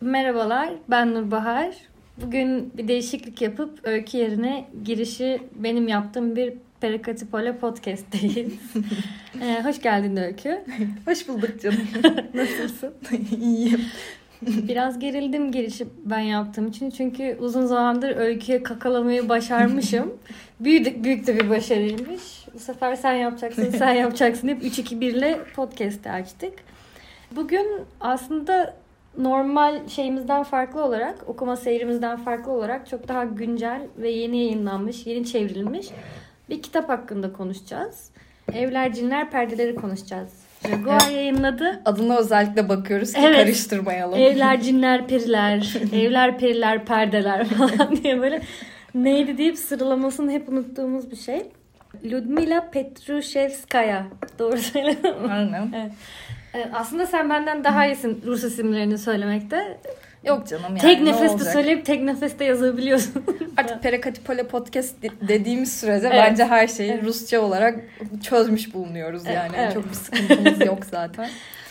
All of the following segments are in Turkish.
Merhabalar, ben Nurbahar. Bugün bir değişiklik yapıp öykü yerine girişi benim yaptığım bir Perakatipole podcast'teyiz. Hoş geldin Öykü. Hoş bulduk canım. Nasılsın? İyiyim. Biraz gerildim girişi ben yaptığım için. Çünkü uzun zamandır öyküye kakalamayı başarmışım. Büyük de bir başarıymış. Bu sefer sen yapacaksın. Hep 3-2-1 ile podcast'i açtık. Bugün aslında normal şeyimizden farklı olarak, okuma seyrimizden farklı olarak çok daha güncel ve yeni yayınlanmış, yeni çevrilmiş bir kitap hakkında konuşacağız. Evler, Cinler, Perdeleri konuşacağız. Jaguar yayınladı. Adına özellikle bakıyoruz ki karıştırmayalım. Evler, Cinler, Periler, Evler, Periler, Perdeler falan diye böyle neydi deyip sıralamasını hep unuttuğumuz bir şey. Ludmila Petrushevskaya. Doğru söyledim mi? Aynen. Evet. Aslında sen benden daha iyisin Rus isimlerini söylemekte. Yok canım yani. Tek nefeste söyleyip tek nefeste yazabiliyorsun. Artık Perakatipole podcast dediğimiz sürece bence her şeyi Rusça olarak çözmüş bulunuyoruz yani. Evet. Çok bir sıkıntımız yok zaten.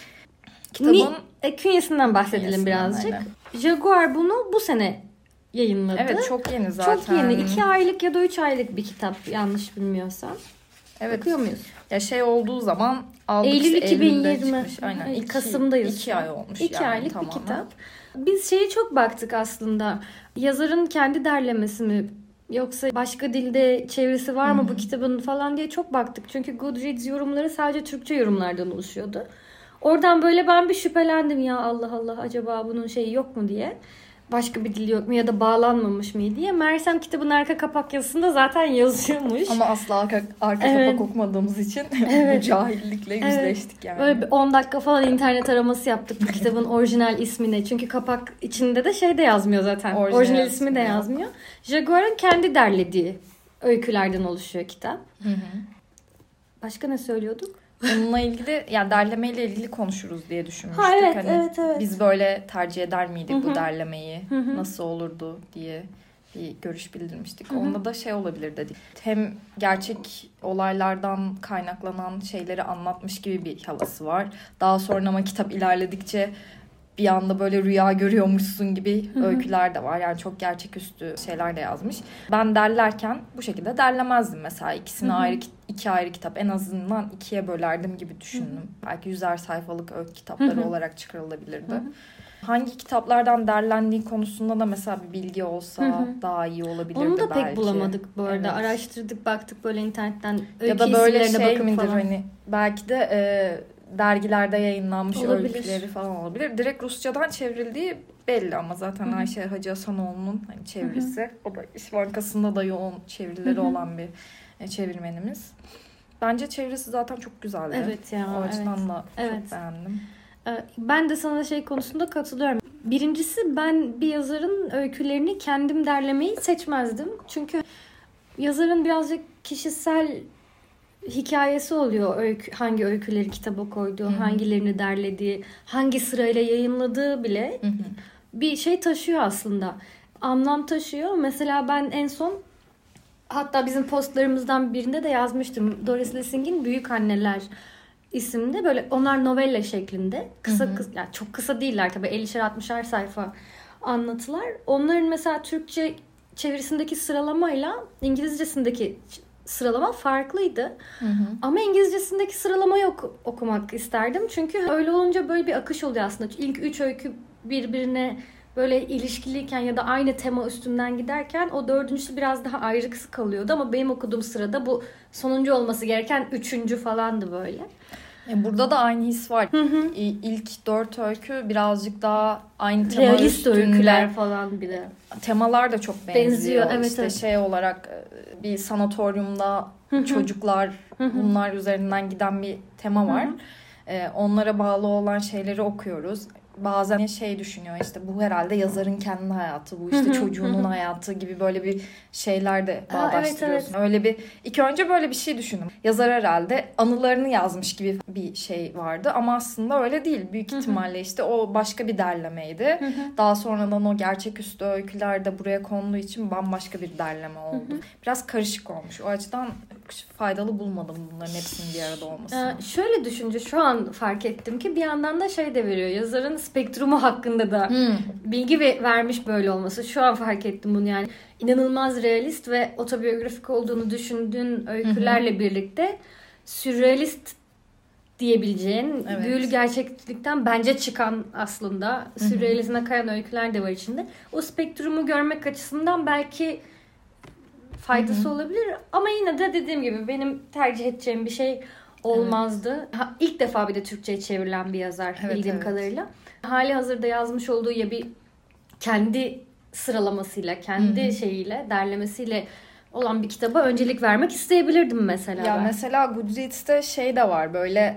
Kitabın künyesinden bahsedelim birazcık. Aynen. Jaguar bunu bu sene yayınladı. Evet, çok yeni zaten. Çok yeni. 2 aylık ya da 3 aylık bir kitap yanlış bilmiyorsam. Evet. Okuyor muyuz? Ya olduğu zaman aldık. Eylül 2020. Aynen. Kasım'dayız. 2 ay olmuş 2 yani. aylık tamamen. bir kitap. Biz çok baktık aslında. Yazarın kendi derlemesi mi? Yoksa başka dilde çevirisi var mı bu kitabın falan diye çok baktık. Çünkü Goodreads yorumları sadece Türkçe yorumlardan oluşuyordu. Oradan böyle ben bir şüphelendim ya Allah Allah acaba bunun yok mu diye. Başka bir dil yok mu ya da bağlanmamış mı diye. Meğersem kitabın arka kapak yazısında zaten yazıyormuş. Ama asla arka kapak okumadığımız için bu cahillikle yüzleştik yani. Böyle bir 10 dakika falan internet araması yaptık bu kitabın orijinal ismine. Çünkü kapak içinde de yazmıyor zaten. Orijinal ismi de yazmıyor. Jaguar'ın kendi derlediği öykülerden oluşuyor kitap. Başka ne söylüyorduk? Onunla ilgili yani derlemeyle ilgili konuşuruz diye düşünmüştük. Evet. Biz böyle tercih eder miydik bu derlemeyi? Nasıl olurdu diye bir görüş bildirmiştik. Onda da olabilir dedik. Hem gerçek olaylardan kaynaklanan şeyleri anlatmış gibi bir havası var. Daha sonra ama kitap ilerledikçe bir anda böyle rüya görüyormuşsun gibi öyküler de var. Yani çok gerçeküstü şeyler de yazmış. Ben derlerken bu şekilde derlemezdim mesela. İkisini iki ayrı kitap en azından 2'ye bölerdim gibi düşündüm. Belki 100'er sayfalık öykü kitapları olarak çıkarılabilirdi. Hangi kitaplardan derlendiği konusunda da mesela bir bilgi olsa daha iyi olabilirdi belki. Onu da pek bulamadık bu arada. Evet. Araştırdık, baktık böyle internetten öykü ya da böyle isimlerine bakıp midir falan. Belki de dergilerde yayınlanmış öyküleri falan olabilir. Direkt Rusçadan çevrildiği belli ama zaten Ayşe Hacı Hasanoğlu'nun çevirisi. O da İş Bankası'nda da yoğun çevirileri olan bir çevirmenimiz. Bence çevirisi zaten çok güzeldi. Evet ya. O açıdan da çok beğendim. Ben de sana konusunda katılıyorum. Birincisi ben bir yazarın öykülerini kendim derlemeyi seçmezdim. Çünkü yazarın birazcık kişisel hikayesi oluyor. Hangi öyküleri kitaba koyduğu, hangilerini derlediği, hangi sırayla yayınladığı bile bir taşıyor aslında. Anlam taşıyor. Mesela ben en son hatta bizim postlarımızdan birinde de yazmıştım. Doris Lessing'in Büyük Anneler isimli böyle onlar novella şeklinde. Kısa yani çok kısa değiller tabii 50'şer 60'er sayfa anlatılar. Onların mesela Türkçe çevirisindeki sıralamayla İngilizcesindeki sıralama farklıydı. Ama İngilizcesindeki sıralamayı okumak isterdim. Çünkü öyle olunca böyle bir akış oluyor aslında. İlk 3 öykü birbirine böyle ilişkiliyken ya da aynı tema üstünden giderken o dördüncüsü biraz daha ayrıksı kalıyordu. Ama benim okuduğum sırada bu sonuncu olması gereken 3. falandı böyle. Burada da aynı his var. İlk 4 öykü birazcık daha aynı tema realist üstünde. Öyküler falan bir de. Temalar da çok benziyor. Evet. Olarak bir sanatoryumda çocuklar bunlar üzerinden giden bir tema var. Onlara bağlı olan şeyleri okuyoruz. Bazen düşünüyor bu herhalde yazarın kendi hayatı, bu çocuğunun hayatı gibi böyle bir şeyler de bağdaştırıyorsun. Öyle bir ilk önce böyle bir şey düşündüm. Yazar herhalde anılarını yazmış gibi bir şey vardı ama aslında öyle değil. Büyük ihtimalle o başka bir derlemeydi. Daha sonradan o gerçeküstü öyküler de buraya konduğu için bambaşka bir derleme oldu. Biraz karışık olmuş. O açıdan faydalı bulmadım bunların hepsinin bir arada olmasını. Şöyle düşünce şu an fark ettim ki bir yandan da şey de veriyor. Yazarın spektrumu hakkında da bilgi vermiş böyle olması. Şu an fark ettim bunu yani. İnanılmaz realist ve otobiyografik olduğunu düşündüğün öykülerle birlikte sürrealist diyebileceğin büyülü gerçeklikten bence çıkan aslında sürrealizme kayan öyküler de var içinde. O spektrumu görmek açısından belki faydası olabilir ama yine de dediğim gibi benim tercih edeceğim bir şey olmazdı. İlk defa bir de Türkçe'ye çevrilen bir yazar bildiğim kadarıyla. Hali hazırda yazmış olduğu ya bir kendi sıralamasıyla, kendi şeyiyle, derlemesiyle olan bir kitaba öncelik vermek isteyebilirdim mesela. Ya mesela Goodreads'te şey de var böyle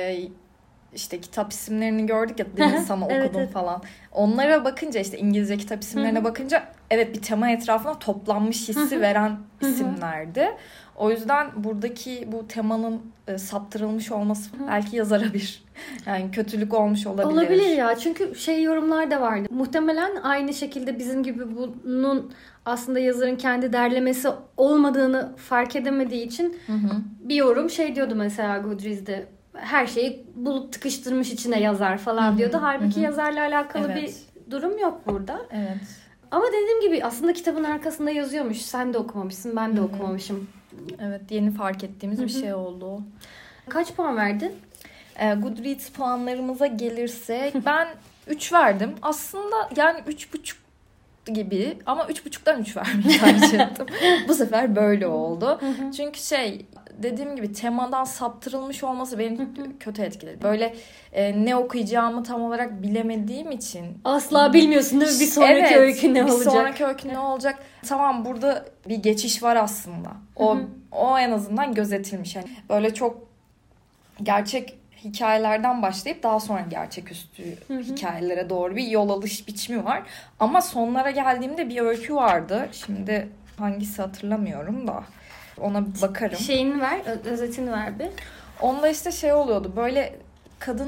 işte kitap isimlerini gördük ya demin sana okudum falan. Onlara bakınca işte İngilizce kitap isimlerine bakınca evet bir tema etrafına toplanmış hissi veren isimlerdi. O yüzden buradaki bu temanın saptırılmış olması belki yazara bir yani kötülük olmuş olabilir. Olabilir ya çünkü yorumlar da vardı. Muhtemelen aynı şekilde bizim gibi bunun aslında yazarın kendi derlemesi olmadığını fark edemediği için bir yorum diyordu mesela Goodreads'de. Her şeyi bulup tıkıştırmış içine yazar falan diyordu. Halbuki yazarla alakalı bir durum yok burada. Evet. Ama dediğim gibi aslında kitabın arkasında yazıyormuş. Sen de okumamışsın, ben de okumamışım. Evet, yeni fark ettiğimiz bir şey oldu. Kaç puan verdin? Goodreads puanlarımıza gelirsek ben 3 verdim. Aslında yani 3,5 gibi ama 3,5'dan 3 vermeyi tercih ettim. Bu sefer böyle oldu. Çünkü dediğim gibi temadan saptırılmış olması beni kötü etkiledi. Böyle ne okuyacağımı tam olarak bilemediğim için. Asla bilmiyorsun değil mi? Bir sonraki öykü ne olacak? Bir sonraki öykü ne olacak? Tamam burada bir geçiş var aslında. O en azından gözetilmiş. Yani böyle çok gerçek hikayelerden başlayıp daha sonra gerçeküstü hikayelere doğru bir yol alış biçimi var. Ama sonlara geldiğimde bir öykü vardı. Şimdi hangisi hatırlamıyorum da. Ona bir bakarım. Şeyini ver, özetini ver bir. Onda işte oluyordu. Böyle kadın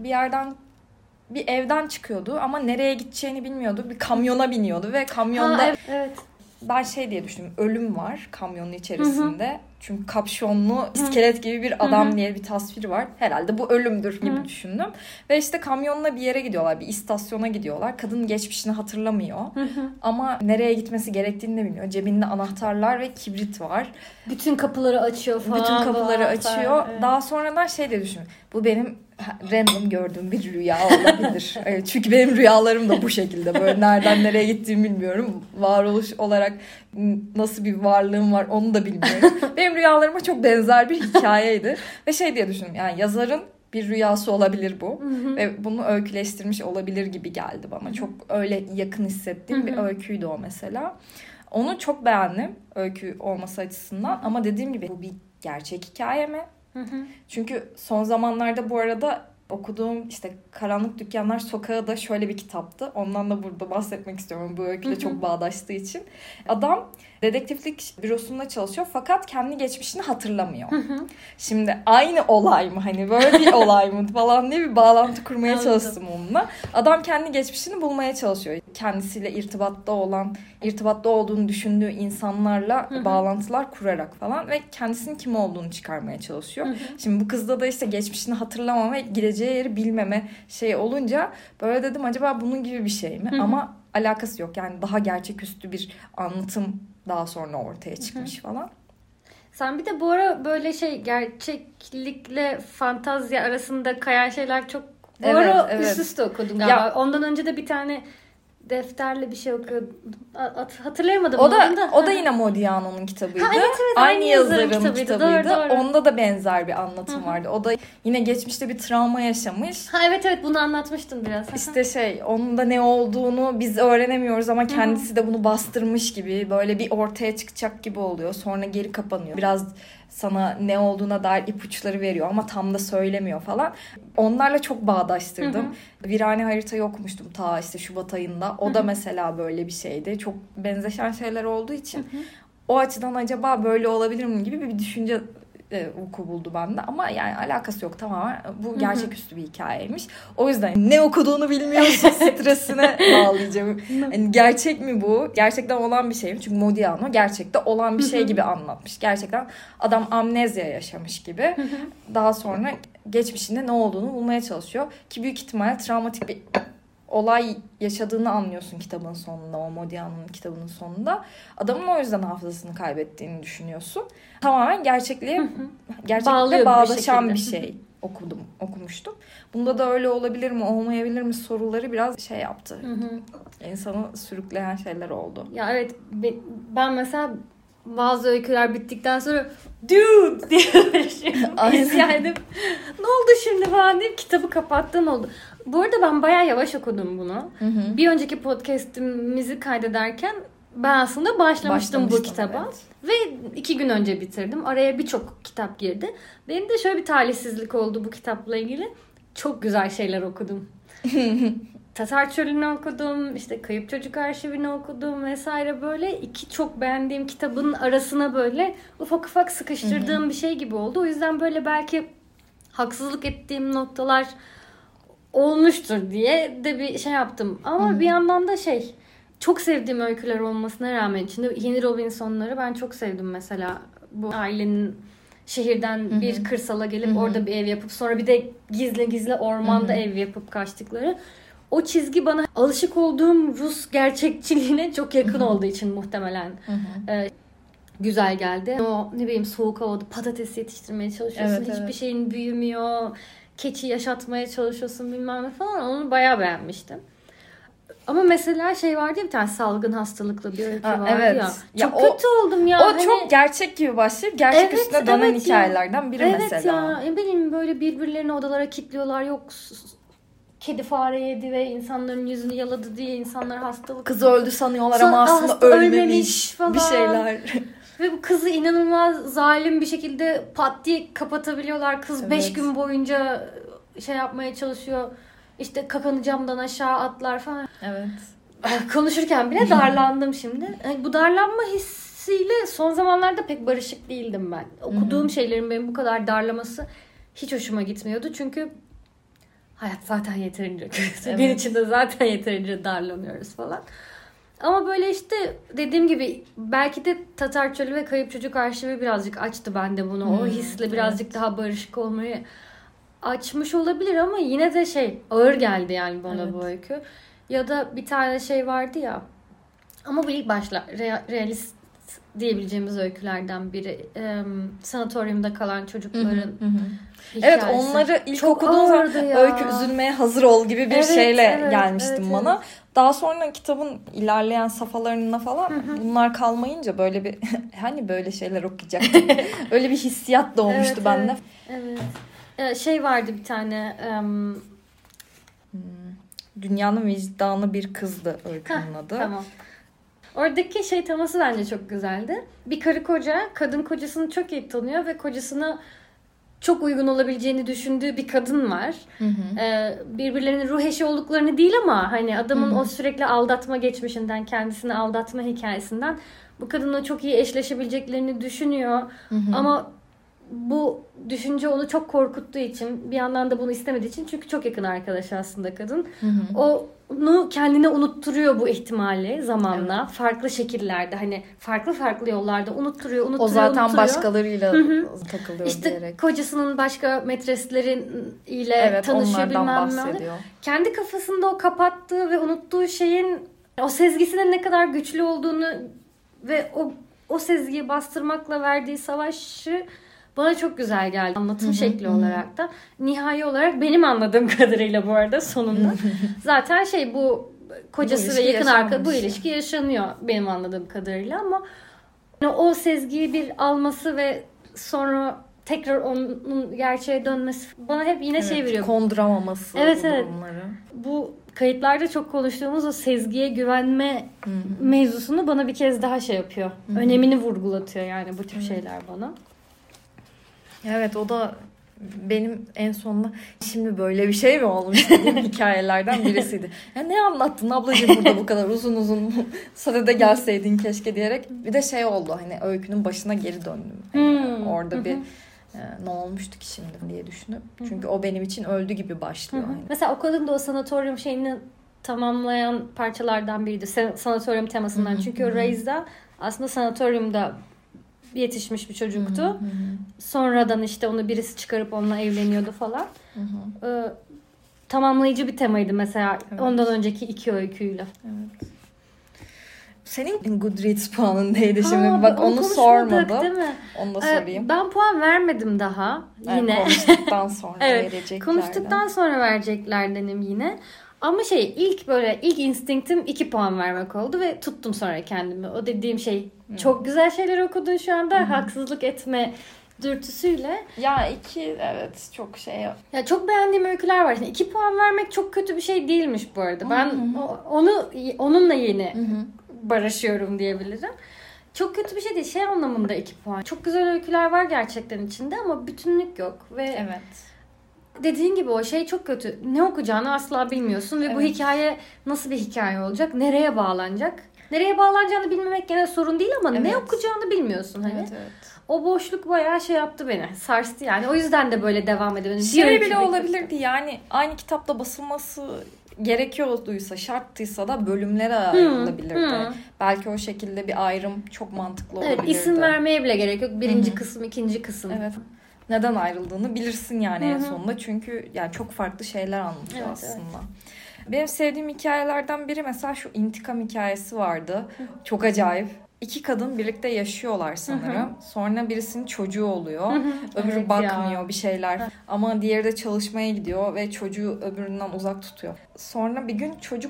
bir evden çıkıyordu ama nereye gideceğini bilmiyordu. Bir kamyona biniyordu ve kamyonda evet. Ben diye düşündüm. Ölüm var kamyonun içerisinde. Çünkü kapşonlu iskelet gibi bir adam diye bir tasvir var. Herhalde bu ölümdür gibi düşündüm. Ve işte kamyonla bir yere gidiyorlar. Bir istasyona gidiyorlar. Kadın geçmişini hatırlamıyor. Ama nereye gitmesi gerektiğini de bilmiyor. Cebinde anahtarlar ve kibrit var. Bütün kapıları açıyor falan. Bütün kapıları açıyor. Evet. Daha sonradan diye düşündüm. Bu benim random gördüğüm bir rüya olabilir. Çünkü benim rüyalarım da bu şekilde. Böyle nereden nereye gittiğimi bilmiyorum. Varoluş olarak nasıl bir varlığım var onu da bilmiyorum. Benim rüyalarıma çok benzer bir hikayeydi. Ve diye düşündüm. Yani yazarın bir rüyası olabilir bu. Ve bunu öyküleştirmiş olabilir gibi geldi bana. Çok öyle yakın hissettiğim bir öyküydü o mesela. Onu çok beğendim öykü olması açısından. Ama dediğim gibi bu bir gerçek hikaye mi? Çünkü son zamanlarda bu arada okuduğum işte Karanlık Dükkanlar Sokağı da şöyle bir kitaptı. Ondan da burada bahsetmek istiyorum. Bu öyküyle çok bağdaştığı için. Adam dedektiflik bürosunda çalışıyor fakat kendi geçmişini hatırlamıyor. Şimdi aynı olay mı? Hani böyle bir olay mı falan diye bir bağlantı kurmaya çalıştım onunla. Adam kendi geçmişini bulmaya çalışıyor. Kendisiyle irtibatta olduğunu düşündüğü insanlarla bağlantılar kurarak falan ve kendisinin kim olduğunu çıkarmaya çalışıyor. Şimdi bu kızda da işte geçmişini hatırlamama ve gideceği yeri bilmeme olunca böyle dedim acaba bunun gibi bir şey mi? Ama alakası yok. Yani daha gerçeküstü bir anlatım daha sonra ortaya çıkmış falan. Sen bir de bu ara böyle gerçeklikle fantazya arasında kayan şeyler çok üst üste okudun galiba. Ya, ondan önce de bir tane defterle bir şey okuyordum. Hatırlayamadım. O da yine Modiano'nun kitabıydı. Evet, aynı yazarın kitabıydı. Doğru. Onda da benzer bir anlatım vardı. O da yine geçmişte bir travma yaşamış. Evet bunu anlatmıştın biraz. İşte onun da ne olduğunu biz öğrenemiyoruz ama kendisi de bunu bastırmış gibi böyle bir ortaya çıkacak gibi oluyor. Sonra geri kapanıyor. Biraz sana ne olduğuna dair ipuçları veriyor ama tam da söylemiyor falan. Onlarla çok bağdaştırdım. Virane Harita'yı okumuştum ta işte Şubat ayında. O da mesela böyle bir şeydi. Çok benzeşen şeyler olduğu için o açıdan acaba böyle olabilir mi gibi bir düşünce vuku buldu bende. Ama yani alakası yok, tamamen bu gerçeküstü bir hikayeymiş. O yüzden ne okuduğunu bilmiyorsun stresine bağlayacağım. Yani gerçek mi bu? Gerçekten olan bir şey mi? Çünkü Modiano gerçekte olan bir şey gibi anlatmış. Gerçekten adam amnezya yaşamış gibi. Daha sonra geçmişinde ne olduğunu bulmaya çalışıyor. Ki büyük ihtimalle travmatik bir olay yaşadığını anlıyorsun kitabın sonunda, o Modiano'nun kitabının sonunda. Adamın o yüzden hafızasını kaybettiğini düşünüyorsun. Tamamen gerçekle bağdaşan bir şey okumuştum. Bunda da öyle olabilir mi, olmayabilir mi soruları biraz şey yaptı. İnsanı sürükleyen şeyler oldu. Ya evet, ben mesela bazı öyküler bittikten sonra dude diye böyle şey yani ne oldu şimdi falan deyip kitabı kapattığım oldu. Bu arada ben bayağı yavaş okudum bunu. Bir önceki podcast'imizi kaydederken ben aslında başlamıştım bu kitaba. Evet. Ve 2 gün önce bitirdim. Araya birçok kitap girdi. Benim de şöyle bir talihsizlik oldu bu kitapla ilgili. Çok güzel şeyler okudum. Tatar Çölü'nü okudum, işte Kayıp Çocuk Arşivi'ni okudum vesaire, böyle 2 çok beğendiğim kitabın arasına böyle ufak ufak sıkıştırdığım bir şey gibi oldu. O yüzden böyle belki haksızlık ettiğim noktalar olmuştur diye de bir şey yaptım. Ama bir yandan da çok sevdiğim öyküler olmasına rağmen içinde Henry Robinson'ları ben çok sevdim mesela. Bu ailenin şehirden bir kırsala gelip orada bir ev yapıp sonra bir de gizli gizli ormanda ev yapıp kaçtıkları. O çizgi bana alışık olduğum Rus gerçekçiliğine çok yakın olduğu için muhtemelen güzel geldi. O ne bileyim, soğuk havada patates yetiştirmeye çalışıyorsun. Hiçbir şeyin büyümüyor. Keçi yaşatmaya çalışıyorsun bilmem ne falan. Onu bayağı beğenmiştim. Ama mesela vardı ya, bir tane salgın hastalıklı bir öykü vardı ya. Çok kötü oldum ya. O çok gerçek gibi başlayıp gerçek üstüne dönen hikayelerden biri mesela. Evet ya. Ne bileyim, böyle birbirlerini odalara kilitliyorlar. Yok kedi fare yedi ve insanların yüzünü yaladı diye insanlar hastalık. Kızı öldü sanıyorlar ama aslında ölmemiş falan. Bir şeyler. Ve bu kızı inanılmaz zalim bir şekilde pat diye kapatabiliyorlar. Kız 5 gün boyunca yapmaya çalışıyor. İşte kakanı camdan aşağı atlar falan. Evet. Konuşurken bile darlandım şimdi. Bu darlanma hissiyle son zamanlarda pek barışık değildim ben. Okuduğum şeylerin benim bu kadar darlaması hiç hoşuma gitmiyordu. Çünkü hayat zaten yeterince kötü. Gün içinde zaten yeterince darlanıyoruz falan. Ama böyle işte dediğim gibi belki de Tatar Çölü ve Kayıp Çocuk Arşivi birazcık açtı bende bunu. O hisle birazcık daha barışık olmayı açmış olabilir ama yine de ağır geldi yani bana bu öykü. Ya da bir tane vardı ya, ama bu ilk başta realist diyebileceğimiz öykülerden biri. Sanatoryumda kalan çocukların hikayesi. Evet, onları ilk çok okuduğum zaman öykü üzülmeye hazır ol gibi bir şeyle gelmiştim bana. Evet. Daha sonra kitabın ilerleyen safhalarına falan bunlar kalmayınca böyle bir hani böyle şeyler okuyacaktım. Öyle bir hissiyat doğmuştu bende. Evet. Vardı bir tane Dünyanın Vicdanı Bir Kızdı öykünün adı. Tamam. Oradaki teması bence çok güzeldi. Bir karı koca, kadın kocasını çok iyi tanıyor ve kocasına çok uygun olabileceğini düşündüğü bir kadın var. Birbirlerinin ruh eşi olduklarını değil ama hani adamın o sürekli aldatma geçmişinden, kendisini aldatma hikayesinden bu kadınla çok iyi eşleşebileceklerini düşünüyor. Ama bu düşünce onu çok korkuttuğu için, bir yandan da bunu istemediği için, çünkü çok yakın arkadaşı aslında kadın. Onu kendine unutturuyor bu ihtimali zamanla. Evet. Farklı şekillerde, hani farklı yollarda unutturuyor. O zaten başkalarıyla takılıyor işte diyerek. Kocasının başka metresleriyle tanışıyor bilmem ne. Kendi kafasında o kapattığı ve unuttuğu şeyin o sezgisinin ne kadar güçlü olduğunu ve o sezgiyi bastırmakla verdiği savaşı bana çok güzel geldi. Anlatım şekli olarak da. Nihai olarak benim anladığım kadarıyla bu arada sonunda. Zaten bu kocası ve yakın arkadaşı, bu ilişki yaşanıyor benim anladığım kadarıyla, ama o sezgiyi bir alması ve sonra tekrar onun gerçeğe dönmesi bana hep yine veriyor. Konduramaması durumları. Bu kayıtlarda çok konuştuğumuz o sezgiye güvenme mevzusunu bana bir kez daha yapıyor. Önemini vurgulatıyor yani bu tür şeyler bana. Evet, o da benim en sonunda şimdi böyle bir şey mi olmuş dediğim hikayelerden birisiydi. Ya ne anlattın ablacığım burada bu kadar uzun sadede gelseydin keşke diyerek. Bir de oldu, hani öykünün başına geri döndüm. Yani orada bir ne olmuştu ki şimdi diye düşünüp. Çünkü o benim için öldü gibi başlıyor. Yani. Mesela o kadın da o sanatoryum şeyini tamamlayan parçalardan biriydi. Sanatoryum temasından. Çünkü o Raise'da aslında sanatoryumda yetişmiş bir çocuktu. Sonradan işte onu birisi çıkarıp onunla evleniyordu falan. Tamamlayıcı bir temaydı mesela ondan önceki 2 öyküyle. Evet. Senin Goodreads puanın neydi şimdi? Bak onu sormadım. Değil mi? Onu da sorayım. Ben puan vermedim daha. Yine. Konuştuktan sonra vereceklerden. Konuştuktan sonra vereceklerdenim yine. Ama ilk instinktim 2 puan vermek oldu ve tuttum sonra kendimi. O dediğim şey çok güzel şeyler okudun şu anda. Haksızlık etme dürtüsüyle. Ya 2 evet çok şey. Ya çok beğendiğim öyküler var. Şimdi 2 puan vermek çok kötü bir şey değilmiş bu arada. Ben onunla yeni barışıyorum diyebilirim. Çok kötü bir şey değil. Şey anlamında 2 puan. Çok güzel öyküler var gerçekten içinde ama bütünlük yok. Ve evet. Dediğin gibi o şey çok kötü. Ne okuyacağını asla bilmiyorsun ve bu hikaye nasıl bir hikaye olacak? Nereye bağlanacak? Nereye bağlanacağını bilmemek gene sorun değil ama ne okuyacağını bilmiyorsun hani. Evet. O boşluk bayağı şey yaptı beni. Sarstı yani. O yüzden de böyle devam edemedim. Şey bile olabilirdi yani aynı kitapta basılması gerekiyorduysa, şarttıysa da bölümlere ayrılabilirdi. Belki o şekilde bir ayrım çok mantıklı olabilirdi. Evet, isim vermeye bile gerek yok. 1. kısım, 2. kısım. Evet. Neden ayrıldığını bilirsin yani en sonunda. Çünkü yani çok farklı şeyler anlatıyor aslında. Evet. Benim sevdiğim hikayelerden biri mesela şu intikam hikayesi vardı. Çok acayip. 2 kadın birlikte yaşıyorlar sanırım. Sonra birisinin çocuğu oluyor. Öbürü bakmıyor bir şeyler. Ama diğeri de çalışmaya gidiyor ve çocuğu öbüründen uzak tutuyor. Sonra bir gün çocuk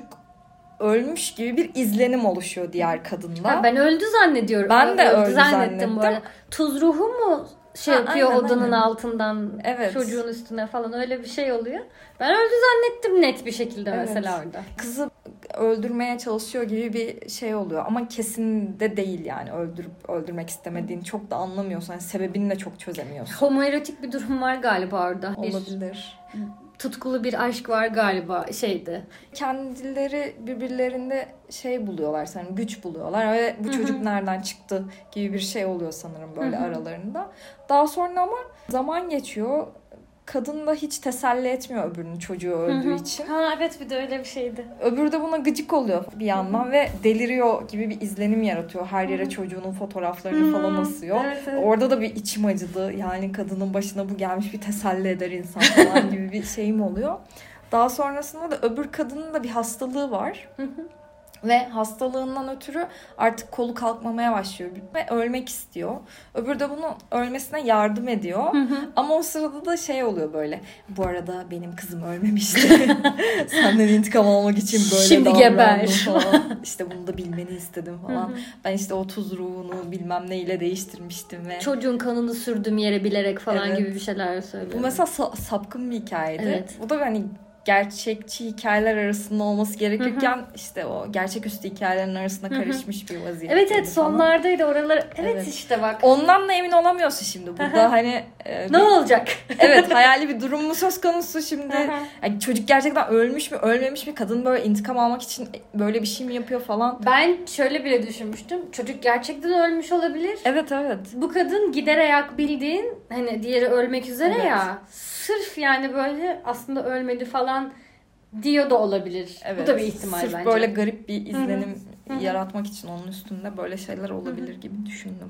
ölmüş gibi bir izlenim oluşuyor diğer kadında. Ben öldü zannediyorum. Ben de öldü zannettim. Bu arada. Tuz ruhu mu yapıyor aynen, odanın altından çocuğun üstüne falan öyle bir şey oluyor. Ben öldü zannettim net bir şekilde mesela orada. Kızı öldürmeye çalışıyor gibi bir şey oluyor ama kesin de değil yani öldürmek istemediğini çok da anlamıyorsun. Yani sebebini de çok çözemiyorsun. Homoerotik bir durum var galiba orada. Olabilir. Tutkulu bir aşk var galiba şeydi. Kendileri birbirlerinde şey buluyorlar sanırım, güç buluyorlar ve bu çocuk nereden çıktı gibi bir şey oluyor sanırım böyle aralarında. Daha sonra ama zaman geçiyor. Kadın da hiç teselli etmiyor öbürünün çocuğu öldüğü için. Evet bir de öyle bir şeydi. Öbürü de buna gıcık oluyor bir yandan ve deliriyor gibi bir izlenim yaratıyor. Her yere çocuğunun fotoğraflarını falan asıyor. Evet. Orada da bir içim acıdı. Yani kadının başına bu gelmiş bir teselli eder insan falan gibi bir şeyim oluyor. Daha sonrasında da öbür kadının da bir hastalığı var. Ve hastalığından ötürü artık kolu kalkmamaya başlıyor ve ölmek istiyor. Öbürü de bunun ölmesine yardım ediyor. Ama o sırada da şey oluyor böyle. Bu arada benim kızım ölmemişti. Senden intikam almak için böyle şimdi geber falan. İşte bunu da bilmeni istedim falan. Ben işte o tuz ruhunu bilmem neyle değiştirmiştim ve çocuğun kanını sürdüğüm yere bilerek falan gibi bir şeyler söylüyor. Bu mesela sapkın bir hikayeydi. Evet. Bu da hani gerçekçi hikayeler arasında olması gerekirken işte o gerçeküstü hikayelerin arasında karışmış bir vaziyette. Evet sonlardaydı oralar. Evet işte bak. Ondan da emin olamıyorsun şimdi. Burada hani ne olacak? Evet hayali bir durum mu söz konusu şimdi? Yani çocuk gerçekten ölmüş mü ölmemiş mi? Kadın böyle intikam almak için böyle bir şey mi yapıyor falan? Ben şöyle bile düşünmüştüm. Çocuk gerçekten ölmüş olabilir. Evet. Bu kadın gider ayak bildiğin hani diğeri ölmek üzere ya. Sırf yani böyle aslında ölmedi falan diyor da olabilir. Bu da bir ihtimal sırf bence. Sırf böyle garip bir izlenim yaratmak için onun üstünde böyle şeyler olabilir gibi düşündüm.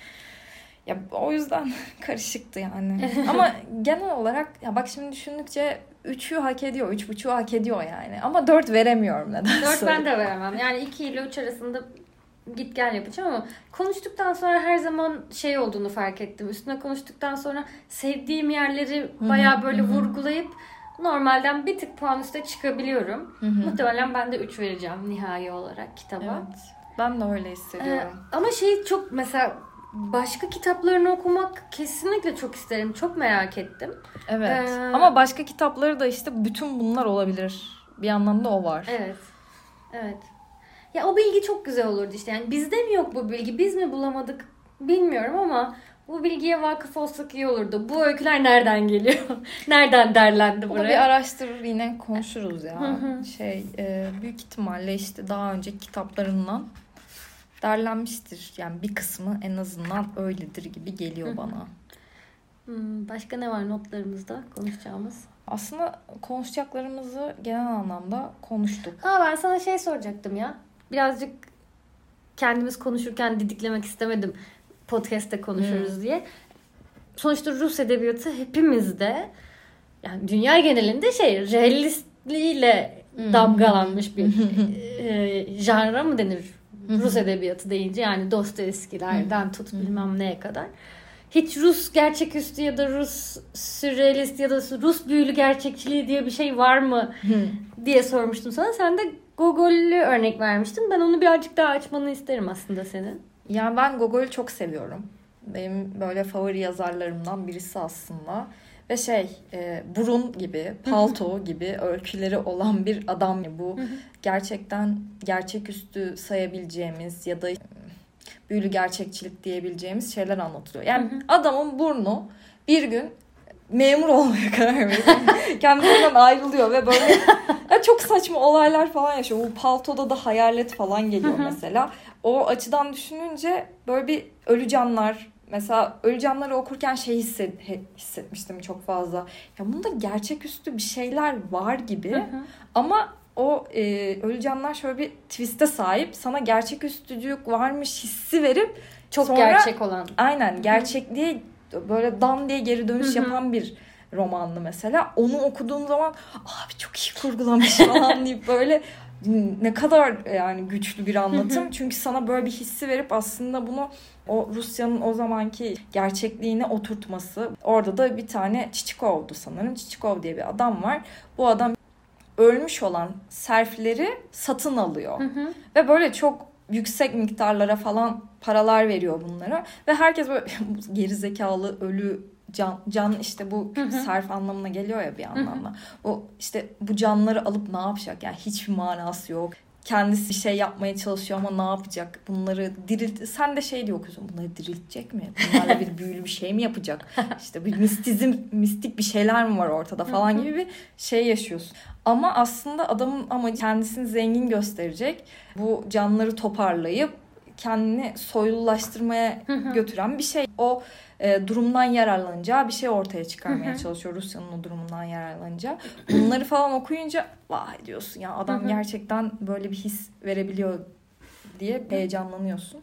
Ya o yüzden karışıktı yani. Ama genel olarak ya bak şimdi düşündükçe 3'ü hak ediyor, 3.5'u hak ediyor yani. Ama 4 veremiyorum nedense. 4 ben de veremem. Yani 2 ile 3 arasında git gel yapacağım ama konuştuktan sonra her zaman şey olduğunu fark ettim. Üstüne konuştuktan sonra sevdiğim yerleri bayağı böyle vurgulayıp normalden bir tık puan üstte çıkabiliyorum. Muhtemelen ben de 3 vereceğim nihai olarak kitaba. Evet. Ben de öyle hissediyorum. Ama çok mesela başka kitaplarını okumak kesinlikle çok isterim. Çok merak ettim. Evet. Ama başka kitapları da işte bütün bunlar olabilir. Bir yandan da o var. Evet. Ya o bilgi çok güzel olurdu işte. Yani bizde mi yok bu bilgi? Biz mi bulamadık bilmiyorum ama bu bilgiye vakıf olsak iyi olurdu. Bu öyküler nereden geliyor? Nereden derlendi buraya? Bunu bir araştırır yine konuşuruz ya. Büyük ihtimalle işte daha önceki kitaplarından derlenmiştir. Yani bir kısmı en azından öyledir gibi geliyor bana. Başka ne var notlarımızda konuşacağımız? Aslında konuşacaklarımızı genel anlamda konuştuk. Ben sana şey soracaktım ya. Birazcık kendimiz konuşurken didiklemek istemedim. Podcast'te konuşuruz diye. Sonuçta Rus edebiyatı hepimizde, yani dünya genelinde realistliğiyle damgalanmış bir janra mı denir? Rus edebiyatı deyince yani Dostoyevskilerden tut bilmem neye kadar. Hiç Rus gerçeküstü ya da Rus sürrealist ya da Rus büyülü gerçekçiliği diye bir şey var mı diye sormuştum sana. Sen de Gogol'ü örnek vermiştin. Ben onu birazcık daha açmanı isterim aslında senin. Yani ben Gogol'ü çok seviyorum. Benim böyle favori yazarlarımdan birisi aslında. Ve burun gibi, palto gibi öyküleri olan bir adam. Bu gerçekten gerçeküstü sayabileceğimiz ya da büyülü gerçekçilik diyebileceğimiz şeyler anlatılıyor. Yani adamın burnu bir gün memur olmaya karar veriyor. Kendisinden ayrılıyor ve böyle çok saçma olaylar falan yaşıyor. Bu paltoda da hayalet falan geliyor mesela. O açıdan düşününce böyle bir ölü canlar, mesela Ölü Canları okurken hissetmiştim çok fazla. Ya bunda gerçeküstü bir şeyler var gibi. Ama o Ölü Canlar şöyle bir twist'e sahip. Sana gerçeküstücülük varmış hissi verip çok sonra, gerçek olan. Aynen gerçekliğe böyle dan diye geri dönüş yapan bir romandı mesela. Onu okuduğum zaman abi çok iyi kurgulamış falan deyip böyle ne kadar yani güçlü bir anlatım. Çünkü sana böyle bir hissi verip aslında bunu o Rusya'nın o zamanki gerçekliğine oturtması. Orada da bir tane Çiçikov'du sanırım. Çiçikov diye bir adam var. Bu adam ölmüş olan serfleri satın alıyor. Ve böyle çok yüksek miktarlara falan paralar veriyor bunlara. Ve herkes böyle gerizekalı ölü can işte bu serf anlamına geliyor ya bir anlamda. O işte bu canları alıp ne yapacak? Yani hiçbir manası yok. Kendisi bir şey yapmaya çalışıyor ama ne yapacak? Bunları sen de diye okuyorsun. Bunları diriltecek mi? Bunlarla bir büyülü bir şey mi yapacak? İşte bir mistik bir şeyler mi var ortada falan gibi bir şey yaşıyorsun. Ama aslında adamın amacı kendisini zengin gösterecek. Bu canları toparlayıp kendini soylulaştırmaya götüren bir şey. O durumdan yararlanacağı bir şey ortaya çıkarmaya çalışıyor. Rusya'nın o durumundan yararlanacağı. Bunları falan okuyunca vay diyorsun ya adam gerçekten böyle bir his verebiliyor diye heyecanlanıyorsun.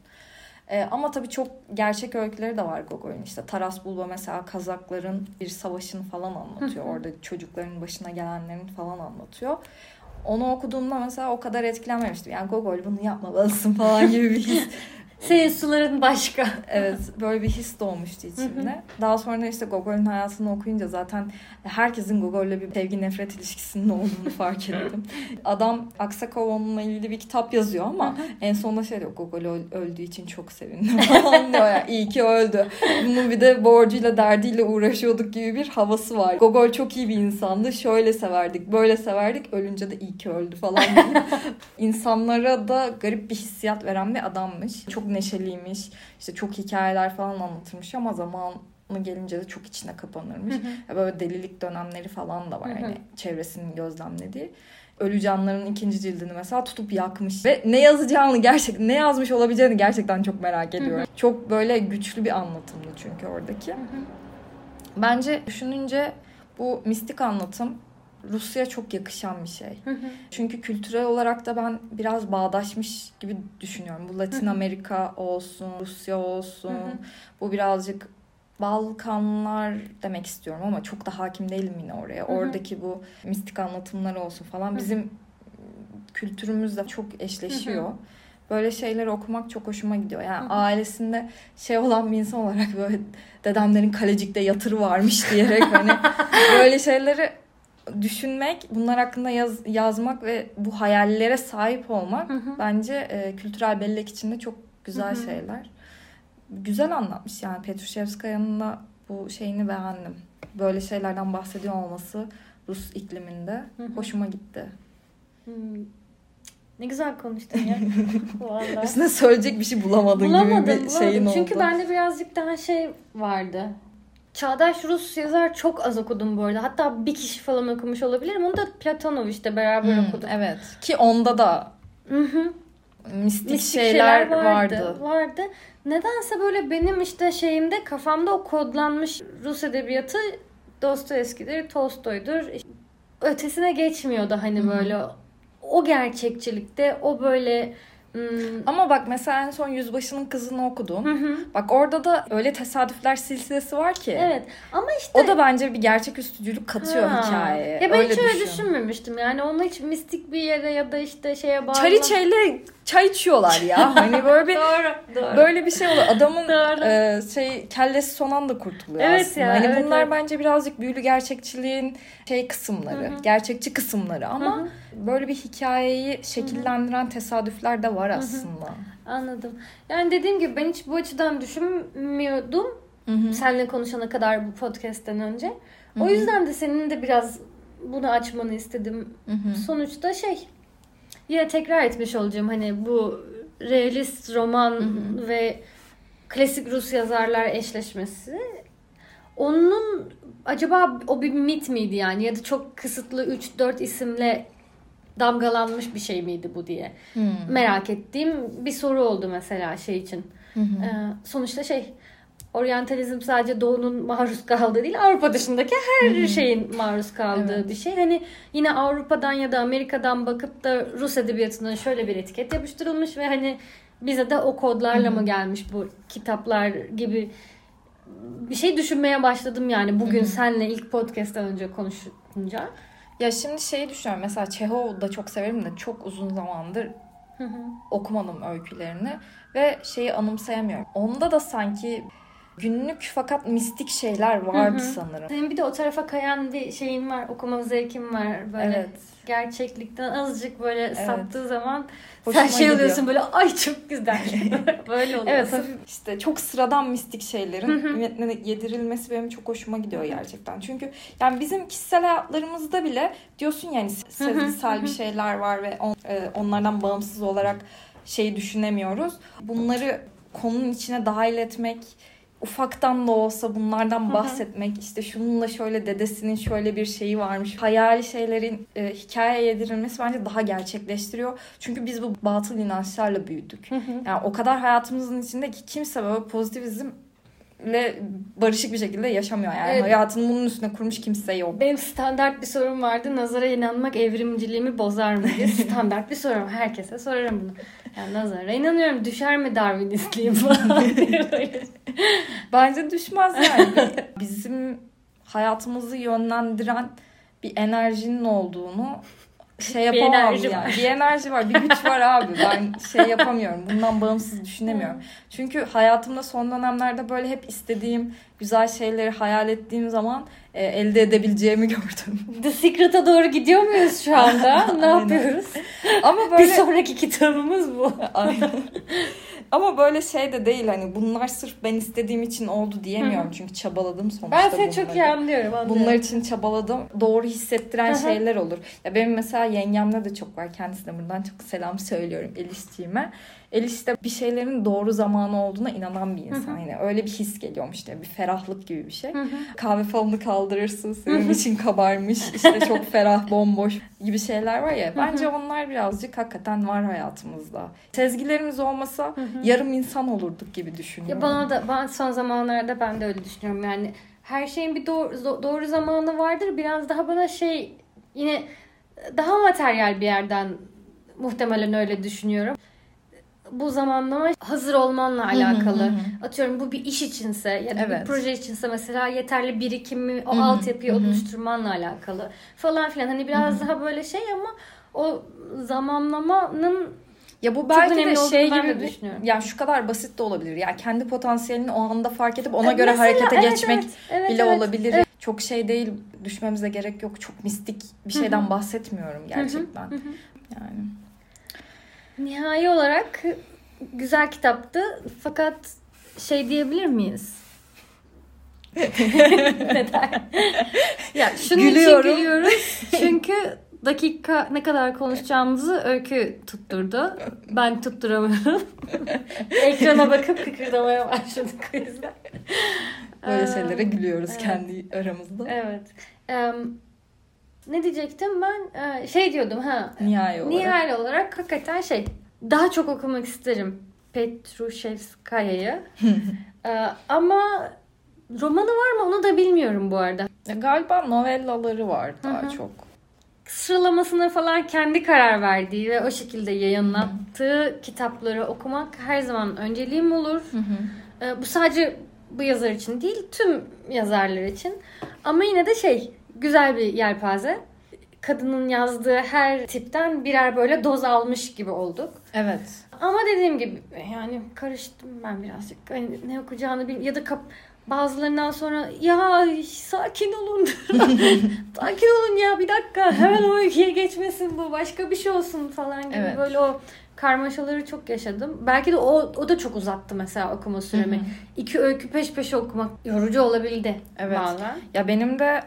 Ama tabii çok gerçek öyküleri de var Gogol'ün. İşte Taras Bulba mesela Kazakların bir savaşını falan anlatıyor. Orada çocukların başına gelenlerin falan anlatıyor. Onu okuduğumda mesela o kadar etkilenmemiştim. Yani Gogol bunu yapmamalısın falan gibi bir his. Senin suların başka. Evet, böyle bir his doğmuştu içimde. Daha sonra işte Gogol'ün hayatını okuyunca zaten herkesin Gogol'le bir sevgi nefret ilişkisinin olduğunu fark ettim. Adam Aksakov'unla ilgili bir kitap yazıyor ama en sonunda diyor Gogol öldüğü için çok sevindim falan diyor ya. İyi ki öldü. Bunun bir de borcuyla derdiyle uğraşıyorduk gibi bir havası var. Gogol çok iyi bir insandı. Şöyle severdik, böyle severdik. Ölünce de iyi ki öldü falan diye. İnsanlara da garip bir hissiyat veren bir adammış. Çok neşeliymiş. İşte çok hikayeler falan anlatırmış ama zamanı gelince de çok içine kapanırmış. Böyle delilik dönemleri falan da var. Yani çevresinin gözlemlediği. Ölü Canlar'ın 2. cildini mesela tutup yakmış. Ve ne yazacağını ne yazmış olabileceğini gerçekten çok merak ediyorum. Çok böyle güçlü bir anlatımdı çünkü oradaki. Bence düşününce bu mistik anlatım Rusya'ya çok yakışan bir şey. Çünkü kültürel olarak da ben biraz bağdaşmış gibi düşünüyorum. Bu Latin Amerika olsun, Rusya olsun. Bu birazcık Balkanlar demek istiyorum ama çok da hakim değilim yine oraya. Oradaki bu mistik anlatımlar olsun falan bizim kültürümüzle çok eşleşiyor. Böyle şeyleri okumak çok hoşuma gidiyor. Yani ailesinde olan bir insan olarak böyle dedemlerin Kalecik'te yatırı varmış diyerek hani böyle şeyleri düşünmek, bunlar hakkında yazmak ve bu hayallere sahip olmak bence kültürel bellek içinde çok güzel şeyler. Güzel anlatmış yani Petrushevskaya'nın da bu şeyini beğendim. Böyle şeylerden bahsediyor olması Rus ikliminde hoşuma gitti. Ne güzel konuştun ya. Vallahi. Üstüne söyleyecek bir şey bulamadım gibi bir şeyin oldu. Çünkü bende birazcık daha vardı. Çağdaş Rus yazar çok az okudum bu arada. Hatta bir kişi falan okumuş olabilirim. Onu da Platonov beraber okudum. Evet. Ki onda da mistik şeyler vardı. Nedense böyle benim işte şeyimde, kafamda o kodlanmış Rus edebiyatı Dostoyevski'dir, Tolstoy'dur. Ötesine geçmiyordu hani böyle o gerçekçilikte, o böyle. Ama bak mesela en son Yüzbaşı'nın Kızı'nı okudum. Bak orada da öyle tesadüfler silsilesi var ki. Evet. Ama işte o da bence bir gerçeküstücülük katıyor hikayeye. Ya ben hiç öyle düşünmemiştim. Yani onu hiç mistik bir yere ya da işte şeye bağlı. Çariçeyle çay içiyorlar ya. Hani böyle bir doğru. Böyle bir şey oluyor. Adamın kellesi son anda kurtuluyor aslında. Ya, hani bunlar bence birazcık büyülü gerçekçiliğin kısımları, gerçekçi kısımları ama böyle bir hikayeyi şekillendiren tesadüfler de var aslında. Anladım. Yani dediğim gibi ben hiç bu açıdan düşünmüyordum. Seninle konuşana kadar bu podcast'ten önce. O yüzden de senin de biraz bunu açmanı istedim. Sonuçta yine tekrar etmiş olacağım hani bu realist roman ve klasik Rus yazarlar eşleşmesi. Onun acaba o bir mit miydi yani, ya da çok kısıtlı 3-4 isimle damgalanmış bir şey miydi bu diye merak ettiğim bir soru oldu mesela için. Sonuçta oryantalizm sadece Doğu'nun maruz kaldığı değil, Avrupa dışındaki her şeyin maruz kaldığı bir şey. Hani yine Avrupa'dan ya da Amerika'dan bakıp da Rus edebiyatına şöyle bir etiket yapıştırılmış ve hani bize de o kodlarla mı gelmiş bu kitaplar gibi bir şey düşünmeye başladım yani bugün seninle ilk podcast'ten önce konuşunca. Ya şimdi düşünüyorum mesela Çehov'u da çok severim de çok uzun zamandır okumadım öykülerini ve anımsayamıyorum. Onda da sanki günlük fakat mistik şeyler vardı sanırım. Senin bir de o tarafa kayan bir şeyin var, okuma zevkin var böyle. Gerçeklikten azıcık böyle saptığı zaman hoşuma sen oluyorsun böyle, ay çok güzel. Böyle oluyor. Evet, işte çok sıradan mistik şeylerin yedirilmesi benim çok hoşuma gidiyor gerçekten. Çünkü yani bizim kişisel hayatlarımızda bile diyorsun yani sezgisel bir şeyler var ve onlardan bağımsız olarak düşünemiyoruz. Bunları konunun içine dahil etmek, ufaktan da olsa bunlardan bahsetmek, işte şununla şöyle dedesinin şöyle bir şeyi varmış. Hayali şeylerin hikayeye yedirilmesi bence daha gerçekleştiriyor. Çünkü biz bu batıl inançlarla büyüdük. Yani o kadar hayatımızın içinde ki kimse böyle pozitivizmle barışık bir şekilde yaşamıyor. Yani hayatını bunun üstüne kurmuş kimse yok. Benim standart bir sorum vardı. Nazara inanmak evrimciliğimi bozar mı diye. Standart bir sorum. Herkese sorarım bunu. Yani nazara inanıyorum. Düşer mi Darwinistliğim falan diye. Bence düşmez yani. Bizim hayatımızı yönlendiren bir enerjinin olduğunu yapamam yani. Bir enerji var, bir güç var abi. Ben yapamıyorum. Bundan bağımsız düşünemiyorum. Çünkü hayatımda son dönemlerde böyle hep istediğim güzel şeyleri hayal ettiğim zaman elde edebileceğimi gördüm. The Secret'a doğru gidiyor muyuz şu anda? Ne yapıyoruz? Ama böyle bir sonraki kitabımız bu. Aynen. Ama böyle de değil hani bunlar sırf ben istediğim için oldu diyemiyorum. Çünkü çabaladım sonuçta. Ben seni çok iyi anlıyorum. Bunlar için çabaladım. Doğru hissettiren şeyler olur. Ya benim mesela yengemde de çok var. Kendisine buradan çok selam söylüyorum Elişciğime. Eliş de bir şeylerin doğru zamanı olduğuna inanan bir insan. Yani öyle bir his geliyormuş işte, bir ferahlık gibi bir şey. Kahve falını kaldırırsın, senin için kabarmış, işte çok ferah, bomboş gibi şeyler var ya. Bence onlar birazcık hakikaten var hayatımızda. Sezgilerimiz olmasa yarım insan olurduk gibi düşünüyorum. Ya ben son zamanlarda ben de öyle düşünüyorum. Yani her şeyin bir doğru zamanı vardır. Biraz daha bana yine daha materyal bir yerden muhtemelen öyle düşünüyorum. Bu zamanlama hazır olmanla alakalı. Atıyorum bu bir iş içinse ya da bir proje içinse mesela yeterli birikimi, o altyapıyı oluşturmanla alakalı falan filan. Hani biraz daha böyle ama o zamanlamanın ya bu belki de gibi düşünüyorum. Ya şu kadar basit de olabilir. Ya kendi potansiyelini o anda fark edip ona göre mesela, harekete geçmek bile olabilir. Evet. Çok değil, düşmemize gerek yok. Çok mistik bir şeyden bahsetmiyorum gerçekten. Yani nihai olarak güzel kitaptı. Fakat diyebilir miyiz? Neden? Ya şunun için gülüyoruz. Çünkü dakika ne kadar konuşacağımızı Öykü tutturdu. Ben tutturamıyorum. Ekrana bakıp kıkırdamaya başladık o yüzden. Böyle şeylere gülüyoruz kendi aramızda. Evet. Ne diyecektim ben? Diyordum Nihai olarak hakikaten Daha çok okumak isterim Petrushevskaya'yı. Ama romanı var mı onu da bilmiyorum bu arada. Galiba novellaları var daha çok. Sıralamasına falan kendi karar verdiği ve o şekilde yayınlattığı kitapları okumak her zaman önceliğim olur. Bu sadece bu yazar için değil, tüm yazarlar için. Ama yine de güzel bir yelpaze. Kadının yazdığı her tipten birer böyle doz almış gibi olduk. Evet. Ama dediğim gibi yani karıştım ben birazcık. Hani ne okuyacağını bilmiyorum. Ya da bazılarından sonra ya sakin olun. Sakin olun ya bir dakika. Hemen o öyküye geçmesin bu. Başka bir şey olsun falan gibi böyle o karmaşaları çok yaşadım. Belki de o da çok uzattı mesela okuma süremi. 2 öykü peş peşe okumak yorucu olabildi bazen. Ya benim de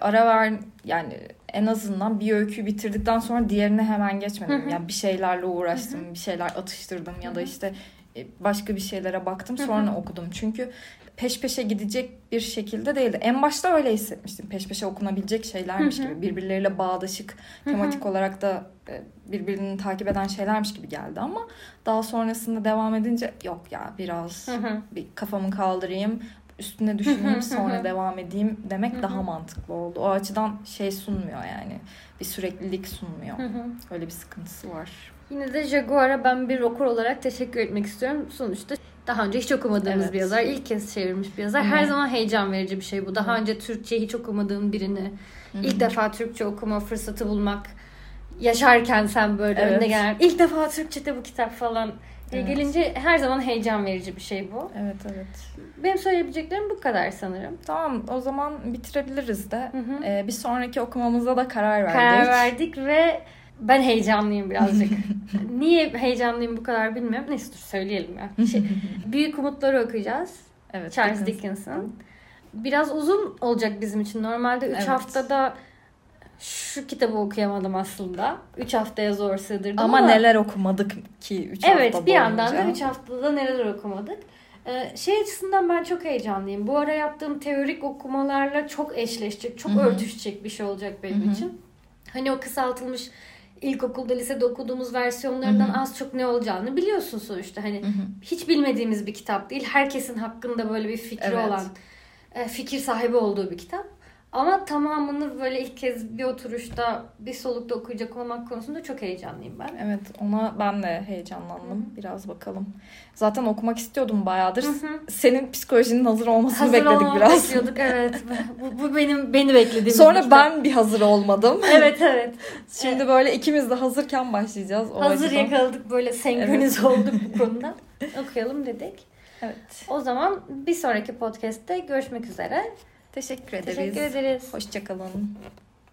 yani en azından bir öyküyü bitirdikten sonra diğerine hemen geçmedim. Yani bir şeylerle uğraştım, bir şeyler atıştırdım ya da işte başka bir şeylere baktım sonra okudum. Çünkü peş peşe gidecek bir şekilde değildi. En başta öyle hissetmiştim. Peş peşe okunabilecek şeylermiş gibi. Birbirleriyle bağdaşık, tematik olarak da birbirini takip eden şeylermiş gibi geldi ama daha sonrasında devam edince yok ya biraz bir kafamı kaldırayım, üstüne düşüneyim sonra devam edeyim demek daha mantıklı oldu. O açıdan sunmuyor yani. Bir süreklilik sunmuyor. Öyle bir sıkıntısı var. Yine de Jaguar'a ben bir okur olarak teşekkür etmek istiyorum. Sonuçta daha önce hiç okumadığımız bir yazar. İlk kez çevirmiş bir yazar. Her zaman heyecan verici bir şey bu. Daha önce Türkçe hiç okumadığın birini ilk defa Türkçe okuma fırsatı bulmak. Yaşarken sen böyle önüne gelen ilk defa Türkçe'de bu kitap falan gelince her zaman heyecan verici bir şey bu. Evet. Benim söyleyebileceklerim bu kadar sanırım. Tamam o zaman bitirebiliriz de. Bir sonraki okumamıza da karar verdik ve ben heyecanlıyım birazcık. Niye heyecanlıyım bu kadar bilmiyorum. Neyse dur söyleyelim ya. Büyük Umutları okuyacağız. Evet, Charles Dickens'ın. Biraz uzun olacak bizim için. Normalde 3 haftada şu kitabı okuyamadım aslında. 3 haftaya zor sığdırdım ama neler okumadık ki 3 hafta boyunca. Evet bir yandan da 3 haftada neler okumadık. Açısından ben çok heyecanlıyım. Bu ara yaptığım teorik okumalarla çok eşleşecek, çok örtüşecek bir şey olacak benim için. Hani o kısaltılmış ilkokulda, lisede okuduğumuz versiyonlarından az çok ne olacağını biliyorsun sonuçta. Hani hiç bilmediğimiz bir kitap değil. Herkesin hakkında böyle bir fikri olan, fikir sahibi olduğu bir kitap. Ama tamamını böyle ilk kez bir oturuşta, bir solukta okuyacak olmak konusunda çok heyecanlıyım ben. Evet, ona ben de heyecanlandım. Biraz bakalım. Zaten okumak istiyordum bayağıdır. Senin psikolojinin hazır olmasını bekledik biraz. Bekliyorduk, evet. Bu beni beklediğim. Sonra ben bir hazır olmadım. Evet. Şimdi böyle ikimiz de hazırken başlayacağız. Hazır yakaladık, böyle senkronize olduk bu konuda. Okuyalım dedik. Evet. O zaman bir sonraki podcast'te görüşmek üzere. Teşekkür ederiz. Teşekkür ederiz. Hoşça kalın.